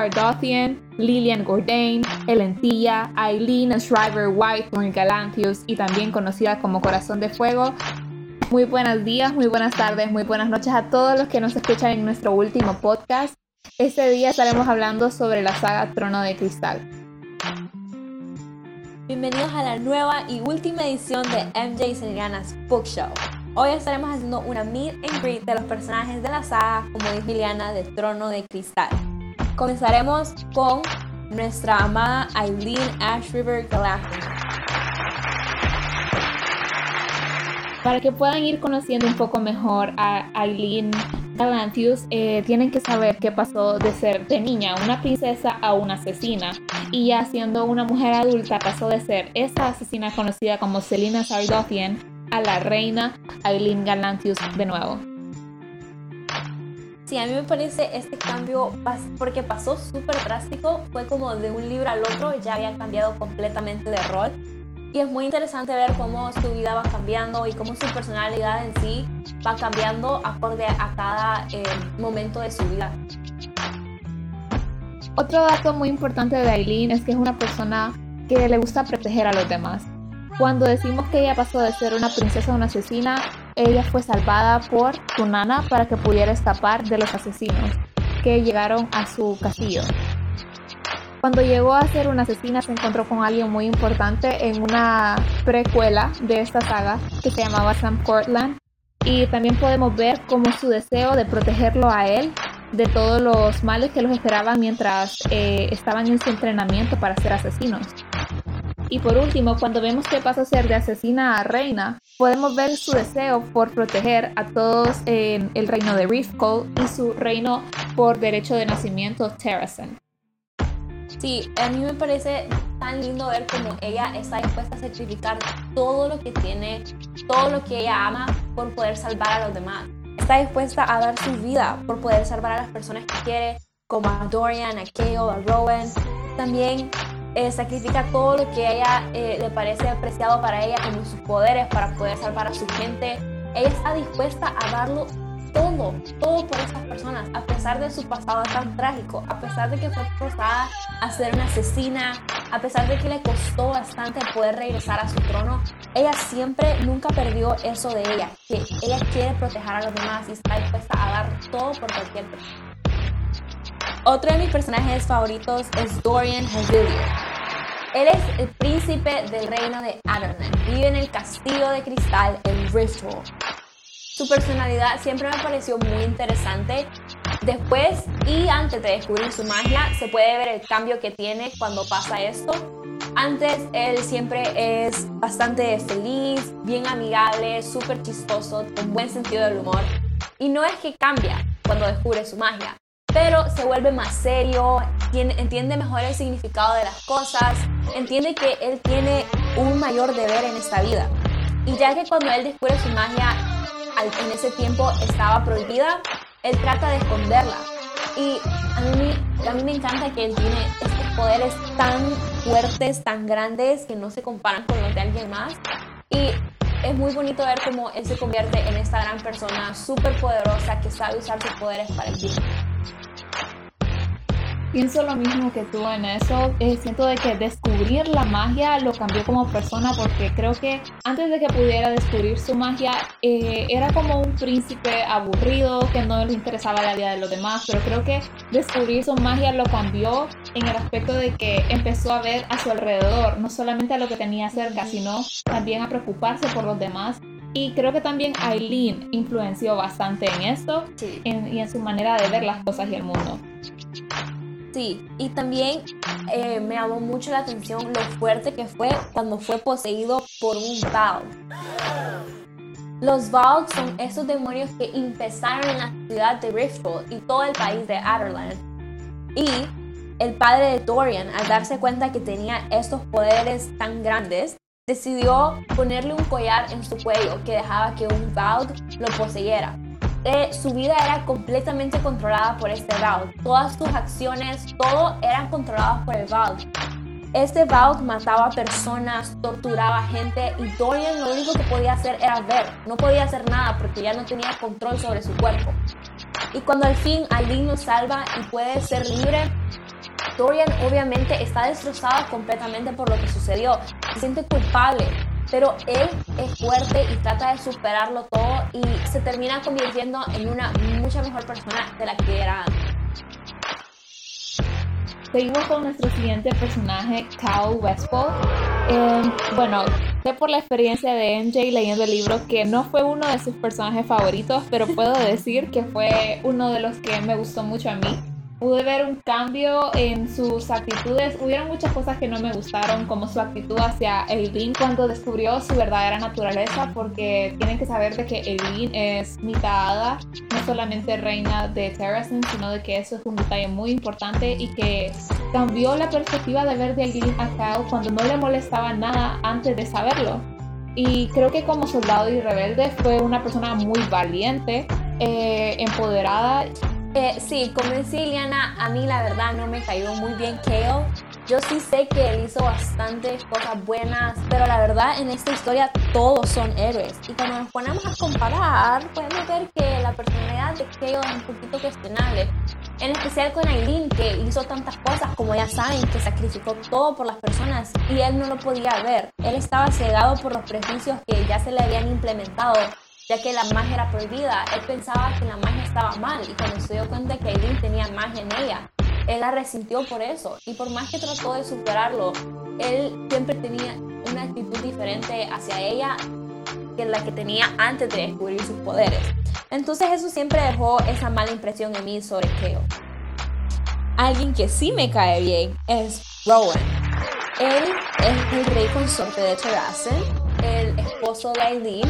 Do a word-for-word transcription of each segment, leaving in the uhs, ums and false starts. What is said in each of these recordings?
Sardothian, Lillian Gordain, Elentilla, Eileen Shriver Whitethorn Galantius y también conocida como Corazón de Fuego. Muy buenos días, muy buenas tardes, muy buenas noches a todos los que nos escuchan en nuestro último podcast. Este día estaremos hablando sobre la saga Trono de Cristal. Bienvenidos a la nueva y última edición de M J Celiana's Book Show. Hoy estaremos haciendo una meet and greet de los personajes de la saga, como dice Liliana, de Trono de Cristal. Comenzaremos con nuestra amada Eileen Ashriver Galantius. Para que puedan ir conociendo un poco mejor a Eileen Galantius, eh, tienen que saber qué pasó de ser de niña una princesa a una asesina, y ya siendo una mujer adulta pasó de ser esa asesina conocida como Celaena Sardothian a la reina Eileen Galantius de nuevo. Sí, a mí me parece este cambio, porque pasó súper drástico, fue como de un libro al otro, ya había cambiado completamente de rol. Y es muy interesante ver cómo su vida va cambiando y cómo su personalidad en sí va cambiando acorde a cada eh, momento de su vida. Otro dato muy importante de Eileen es que es una persona que le gusta proteger a los demás. Cuando decimos que ella pasó de ser una princesa a una asesina, ella fue salvada por su nana para que pudiera escapar de los asesinos que llegaron a su castillo. Cuando llegó a ser una asesina se encontró con alguien muy importante en una precuela de esta saga que se llamaba Sam Courtland, y también podemos ver cómo su deseo de protegerlo a él de todos los males que los esperaban mientras eh, estaban en su entrenamiento para ser asesinos. Y por último, cuando vemos que pasa a ser de asesina a reina, podemos ver su deseo por proteger a todos en el reino de Rifkol y su reino por derecho de nacimiento Terrasen. Sí, a mí me parece tan lindo ver cómo ella está dispuesta a sacrificar todo lo que tiene, todo lo que ella ama por poder salvar a los demás. Está dispuesta a dar su vida por poder salvar a las personas que quiere, como a Dorian, a Chaol, a Rowan. También eh, sacrifica todo lo que a ella eh, le parece apreciado para ella, como sus poderes, para poder salvar a su gente. Ella está dispuesta a darlo todo, todo por esas personas, a pesar de su pasado tan trágico, a pesar de que fue forzada a ser una asesina, a pesar de que le costó bastante poder regresar a su trono. Ella siempre, nunca perdió eso de ella, que ella quiere proteger a los demás y está dispuesta a dar todo por cualquier persona. Otro de mis personajes favoritos es Dorian Hazilius. Él es el príncipe del reino de Adarlan, vive en el castillo de cristal en Rifthold. Su personalidad siempre me pareció muy interesante. Después y antes de descubrir su magia, se puede ver el cambio que tiene cuando pasa esto. Antes, él siempre es bastante feliz, bien amigable, súper chistoso, con buen sentido del humor. Y no es que cambia cuando descubre su magia, pero se vuelve más serio, tiene, entiende mejor el significado de las cosas, entiende que él tiene un mayor deber en esta vida. Y ya que cuando él descubre su magia, en ese tiempo estaba prohibida, él trata de esconderla. Y a mí, a mí me encanta que él tiene estos poderes tan fuertes, tan grandes, que no se comparan con los de alguien más. Y es muy bonito ver cómo él se convierte en esta gran persona súper poderosa que sabe usar sus poderes para el bien. Pienso lo mismo que tú en eso. Eh, siento de que descubrir la magia lo cambió como persona, porque creo que antes de que pudiera descubrir su magia eh, era como un príncipe aburrido que no le interesaba la vida de los demás, pero creo que descubrir su magia lo cambió en el aspecto de que empezó a ver a su alrededor, no solamente a lo que tenía cerca, sino también a preocuparse por los demás. Y creo que también Eileen influenció bastante en esto, sí. en, y en su manera de ver las cosas y el mundo. Sí, y también eh, me llamó mucho la atención lo fuerte que fue cuando fue poseído por un Valg. Los Valg son esos demonios que infestaron en la ciudad de Rifthold y todo el país de Adarlan. Y el padre de Dorian, al darse cuenta que tenía estos poderes tan grandes, decidió ponerle un collar en su cuello que dejaba que un Valg lo poseyera. Eh, su vida era completamente controlada por este Valg. Todas sus acciones, todo eran controlados por el Valg. Este Valg mataba personas, torturaba gente, y Dorian lo único que podía hacer era ver. No podía hacer nada porque ya no tenía control sobre su cuerpo. Y cuando al fin Eileen lo salva y puede ser libre, Dorian obviamente está destrozado completamente por lo que sucedió, se siente culpable, pero él es fuerte y trata de superarlo todo y se termina convirtiendo en una mucha mejor persona de la que era antes. Seguimos con nuestro siguiente personaje, Cal Westphal. Eh, bueno, sé por la experiencia de M J leyendo el libro que no fue uno de sus personajes favoritos, pero puedo decir que fue uno de los que me gustó mucho a mí. Pude ver un cambio en sus actitudes. Hubieron muchas cosas que no me gustaron, como su actitud hacia Eileen cuando descubrió su verdadera naturaleza, porque tienen que saber de que Eileen es mitad hada, no solamente reina de Terrasen, sino de que eso es un detalle muy importante y que cambió la perspectiva de ver de Eileen a Cal cuando no le molestaba nada antes de saberlo. Y creo que como soldado y rebelde fue una persona muy valiente, eh, empoderada. Eh, sí, como decía Iliana, a mí la verdad no me cayó muy bien Cal. Yo sí sé que él hizo bastantes cosas buenas, pero la verdad en esta historia todos son héroes. Y cuando nos ponemos a comparar, podemos ver que la personalidad de Cal es un poquito cuestionable. En especial con Eileen, que hizo tantas cosas, como ya saben, que sacrificó todo por las personas y él no lo podía ver. Él estaba cegado por los prejuicios que ya se le habían implementado, ya que la magia era prohibida. Él pensaba que la magia estaba mal y cuando se dio cuenta que Eileen tenía magia en ella, él la resintió por eso. Y por más que trató de superarlo, él siempre tenía una actitud diferente hacia ella que la que tenía antes de descubrir sus poderes. Entonces eso siempre dejó esa mala impresión en mí sobre Cal. Alguien que sí me cae bien es Rowan. Él es el rey consorte de Terrasen, el esposo de Eileen,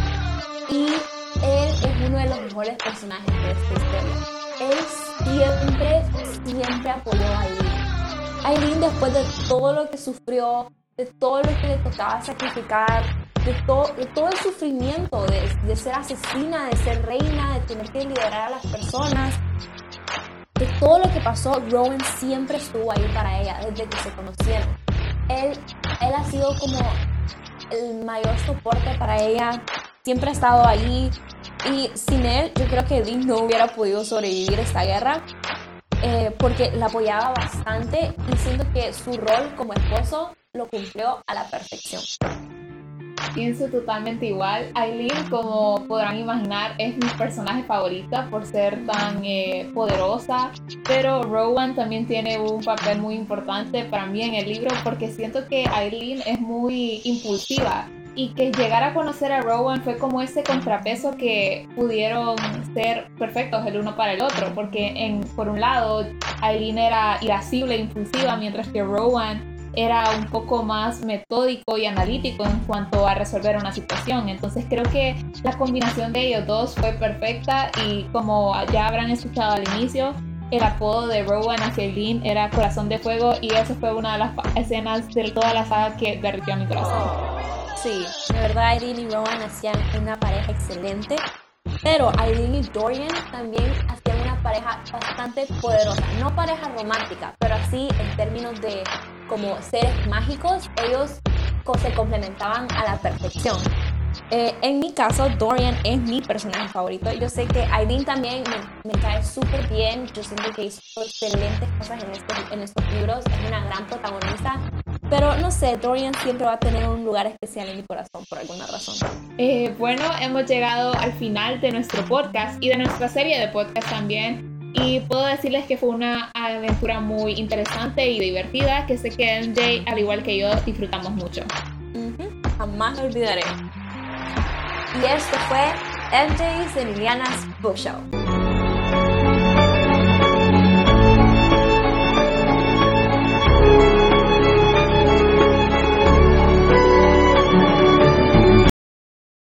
y él es uno de los mejores personajes de esta historia. Él siempre, siempre apoyó a Eileen. Eileen, después de todo lo que sufrió, de todo lo que le tocaba sacrificar, de todo, de todo el sufrimiento de, de ser asesina, de ser reina, de tener que liderar a las personas, de todo lo que pasó, Rowan siempre estuvo ahí para ella desde que se conocieron. Él, él ha sido como el mayor soporte para ella, siempre ha estado ahí y sin él yo creo que Eileen no hubiera podido sobrevivir esta guerra, eh, porque la apoyaba bastante y siento que su rol como esposo lo cumplió a la perfección. Pienso totalmente igual. Eileen, como podrán imaginar, es mi personaje favorita por ser tan eh, poderosa, pero Rowan también tiene un papel muy importante para mí en el libro porque siento que Eileen es muy impulsiva y que llegar a conocer a Rowan fue como ese contrapeso que pudieron ser perfectos el uno para el otro, porque en, por un lado Eileen era irascible e impulsiva, mientras que Rowan era un poco más metódico y analítico en cuanto a resolver una situación. Entonces creo que la combinación de ellos dos fue perfecta y como ya habrán escuchado al inicio, el apodo de Rowan hacia Eileen era Corazón de Fuego y eso fue una de las escenas de toda la saga que derritió mi corazón. Sí, de verdad Eileen y Rowan hacían una pareja excelente, pero Eileen y Dorian también hacían una pareja bastante poderosa, no pareja romántica, pero así en términos de como seres mágicos, ellos se complementaban a la perfección. Eh, en mi caso, Dorian es mi personaje favorito. Yo sé que Eileen también me, me cae súper bien. Yo siento que hizo excelentes cosas en estos, en estos libros. Es una gran protagonista. Pero no sé, Dorian siempre va a tener un lugar especial en mi corazón por alguna razón. Eh, bueno, hemos llegado al final de nuestro podcast y de nuestra serie de podcast también. Y puedo decirles que fue una aventura muy interesante y divertida que sé que M J, al igual que yo, disfrutamos mucho. Uh-huh. Jamás lo olvidaré. Y esto fue M J's and Iliana's Book Show.